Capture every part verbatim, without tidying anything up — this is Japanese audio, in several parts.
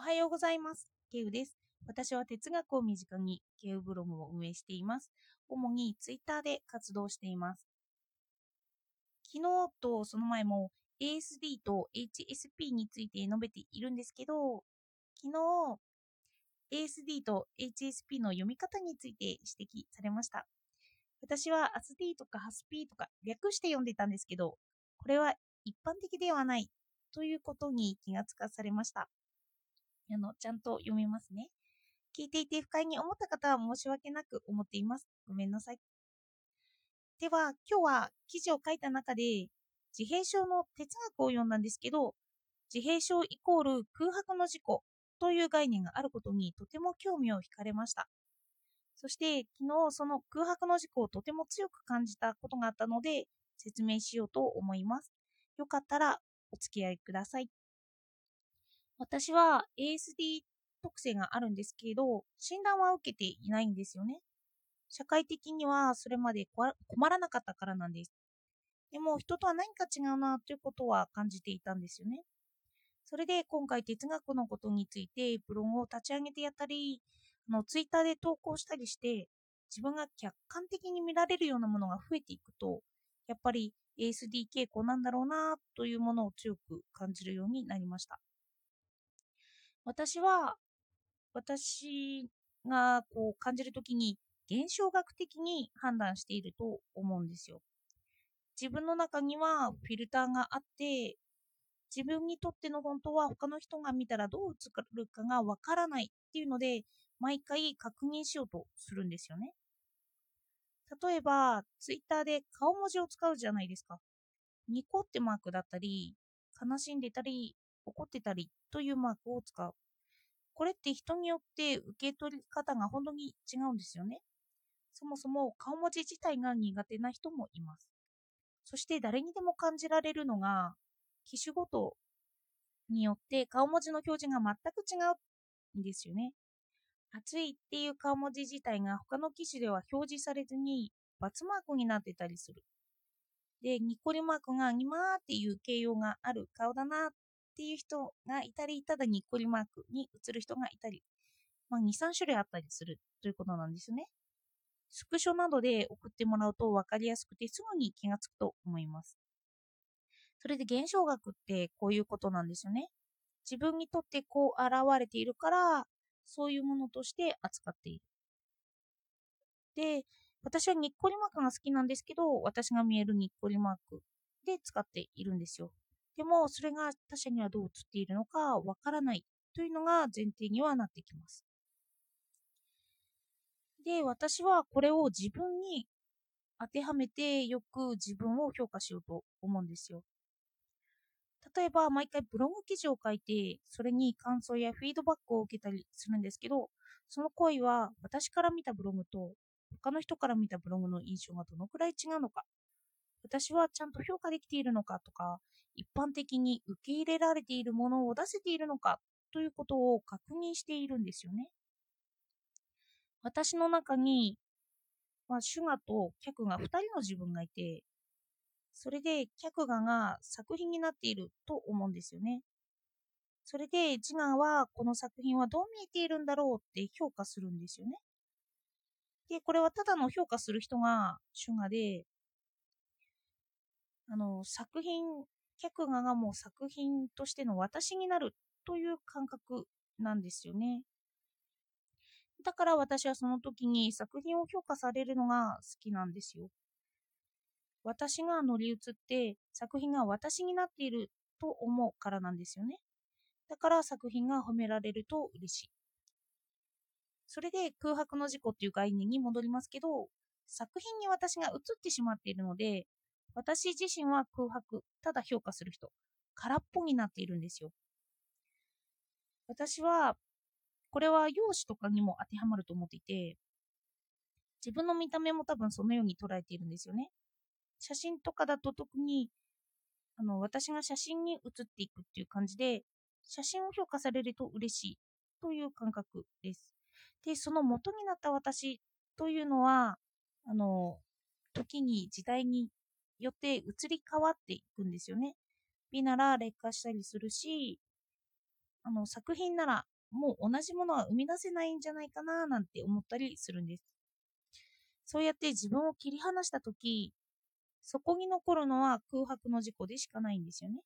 はようございます。ケウです。私は哲学を身近にケウブログを運営しています。主にツイッターで活動しています。昨日とその前も エーエスディー と エイチエスピー について述べているんですけど、昨日 エーエスディー と エイチエスピー の読み方について指摘されました。私は エーエスディー とか エーエスピー とか略して読んでたんですけど、これは一般的ではないということに気がつかされました。あのちゃんと読みますね。聞いていて不快に思った方は申し訳なく思っています。ごめんなさい。では、今日は記事を書いた中で、自閉症の哲学を読んだんですけど、自閉症イコール空白の事故という概念があることにとても興味を惹かれました。そして昨日その空白の事故をとても強く感じたことがあったので説明しようと思います。よかったらお付き合いください。私は エーエスディー 特性があるんですけど、診断は受けていないんですよね。社会的にはそれまで困らなかったからなんです。でも人とは何か違うなということは感じていたんですよね。それで今回哲学のことについてブログを立ち上げてやったり、あのツイッターで投稿したりして、自分が客観的に見られるようなものが増えていくと、やっぱり エーエスディー 傾向なんだろうなというものを強く感じるようになりました。私は私がこう感じるときに現象学的に判断していると思うんですよ。自分の中にはフィルターがあって、自分にとっての本当は他の人が見たらどう映るかがわからないっていうので、毎回確認しようとするんですよね。例えば、ツイッターで顔文字を使うじゃないですか。ニコってマークだったり、悲しんでたり、怒ってたりというマークを使う。これって人によって受け取り方が本当に違うんですよね。そもそも顔文字自体が苦手な人もいます。そして誰にでも感じられるのが、機種ごとによって顔文字の表示が全く違うんですよね。暑いっていう顔文字自体が他の機種では表示されずに×マークになってたりする。で、ニッコリマークがニマーっていう形容がある顔だなっていう人がいたり、ただニッコリマークに映る人がいたり、まあ、に、さん種類あったりするということなんですね。スクショなどで送ってもらうと分かりやすくてすぐに気がつくと思います。それで現象学ってこういうことなんですよね。自分にとってこう現れているから、そういうものとして扱っている。で、私はニッコリマークが好きなんですけど、私が見えるニッコリマークで使っているんですよ。でも、それが他者にはどう映っているのかわからないというのが前提にはなってきます。で、私はこれを自分に当てはめてよく自分を評価しようと思うんですよ。例えば、毎回ブログ記事を書いて、それに感想やフィードバックを受けたりするんですけど、その行為は私から見たブログと他の人から見たブログの印象がどのくらい違うのか、私はちゃんと評価できているのかとか、一般的に受け入れられているものを出せているのかということを確認しているんですよね。私の中に、まあ、シュガと客がふたりの自分がいて、それで客画が作品になっていると思うんですよね。それで自我はこの作品はどう見えているんだろうって評価するんですよね。で、これはただの評価する人が主画で、あの作品、客画がもう作品としての私になるという感覚なんですよね。だから私はその時に作品を評価されるのが好きなんですよ。私が乗り移って作品が私になっていると思うからなんですよね。だから作品が褒められると嬉しい。それで空白の事故っていう概念に戻りますけど、作品に私が映ってしまっているので、私自身は空白、ただ評価する人、空っぽになっているんですよ。私は、これは容姿とかにも当てはまると思っていて、自分の見た目も多分そのように捉えているんですよね。写真とかだと特に、あの私が写真に写っていくっていう感じで、写真を評価されると嬉しいという感覚です。で、その元になった私というのは、あの、時に時代によって移り変わっていくんですよね。美なら劣化したりするし、あの作品ならもう同じものは生み出せないんじゃないかななんて思ったりするんです。そうやって自分を切り離したとき、そこに残るのは空白の自己でしかないんですよね。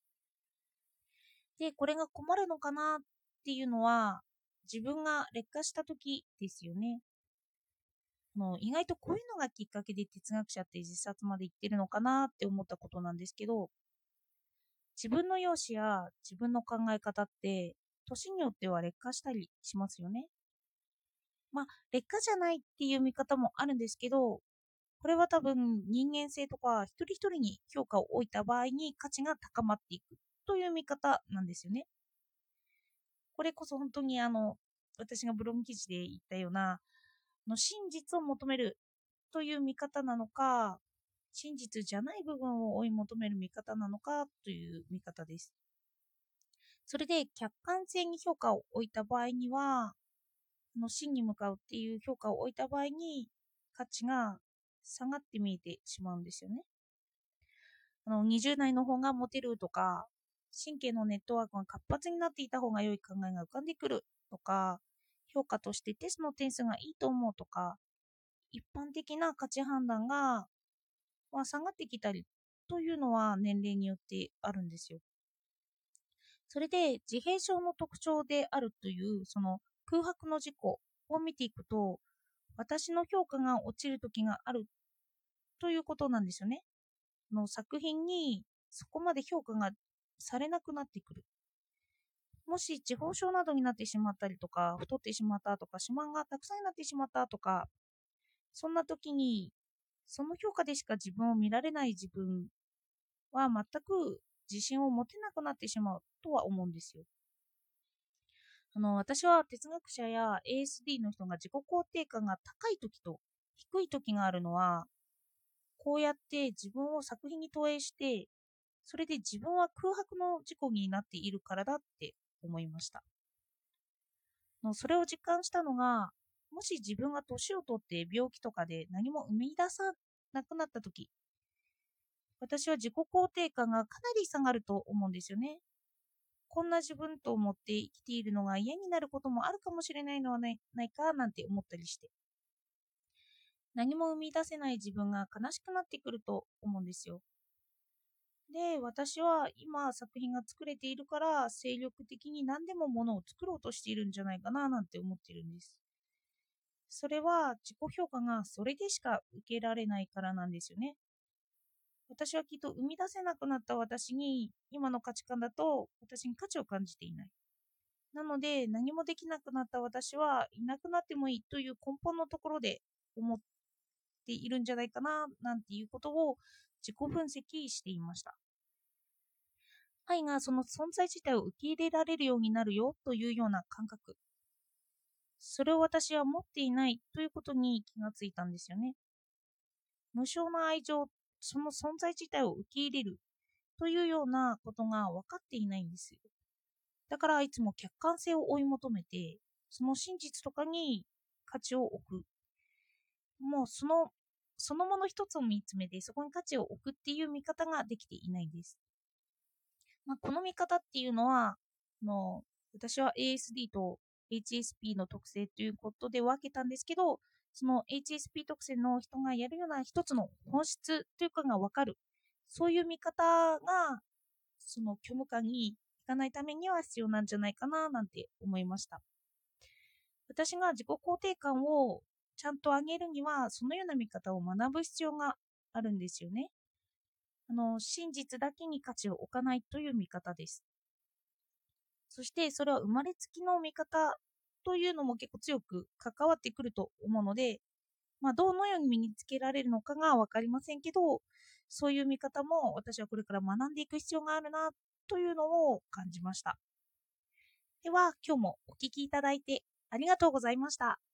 で、これが困るのかなっていうのは、自分が劣化したときですよね。もう意外とこういうのがきっかけで哲学者って自殺まで行ってるのかなって思ったことなんですけど、自分の容姿や自分の考え方って年によっては劣化したりしますよね。まあ劣化じゃないっていう見方もあるんですけど、これは多分人間性とか一人一人に評価を置いた場合に価値が高まっていくという見方なんですよね。これこそ本当にあの私がブログ記事で言ったようなの真実を求めるという見方なのか、真実じゃない部分を追い求める見方なのかという見方です。それで客観性に評価を置いた場合には、の真に向かうっていう評価を置いた場合に価値が下がって見えてしまうんですよね。あのにじゅう代の方がモテるとか、神経のネットワークが活発になっていた方が良い考えが浮かんでくるとか、評価としてテストの点数がいいと思うとか、一般的な価値判断が、まあ、下がってきたりというのは年齢によってあるんですよ。それで自閉症の特徴であるというその空白の自己を見ていくと、私の評価が落ちる時があるということなんですよね。の作品にそこまで評価がされなくなってくる。もし地方症などになってしまったりとか、太ってしまったとか、肥満がたくさんになってしまったとか、そんな時にその評価でしか自分を見られない自分は全く自信を持てなくなってしまうとは思うんですよ。あの私は哲学者や エーエスディー の人が自己肯定感が高い時と低い時があるのは、こうやって自分を作品に投影して、それで自分は空白の自己になっているからだって思いました。のそれを実感したのが、もし自分が年を取って病気とかで何も生み出さなくなった時、私は自己肯定感がかなり下がると思うんですよね。こんな自分と思って生きているのが嫌になることもあるかもしれないのはないないかなんて思ったりして、何も生み出せない自分が悲しくなってくると思うんですよ。で、私は今作品が作れているから精力的に何でもものを作ろうとしているんじゃないかななんて思ってるんです。それは自己評価がそれでしか受けられないからなんですよね。私はきっと生み出せなくなった私に今の価値観だと私に価値を感じていない。なので何もできなくなった私はいなくなってもいいという根本のところで思っているんじゃないかななんていうことを自己分析していました。愛がその存在自体を受け入れられるようになるよというような感覚。それを私は持っていないということに気がついたんですよね。無償の愛情、その存在自体を受け入れるというようなことが分かっていないんですよ。だからいつも客観性を追い求めて、その真実とかに価値を置く。もうその、そのもの一つを見つめて、そこに価値を置くっていう見方ができていないんです。まあ、この見方っていうのは、の私は エーエスディー と エイチエスピー の特性ということで分けたんですけど、その エイチエスピー 特性の人がやるような一つの本質というかが分かる。そういう見方が、その虚無感にいかないためには必要なんじゃないかななんて思いました。私が自己肯定感をちゃんと上げるには、そのような見方を学ぶ必要があるんですよね。あの真実だけに価値を置かないという見方です。そしてそれは生まれつきの見方というのも結構強く関わってくると思うので、まあ、どのように身につけられるのかが分かりませんけど、そういう見方も私はこれから学んでいく必要があるなというのを感じました。では今日もお聞きいただいてありがとうございました。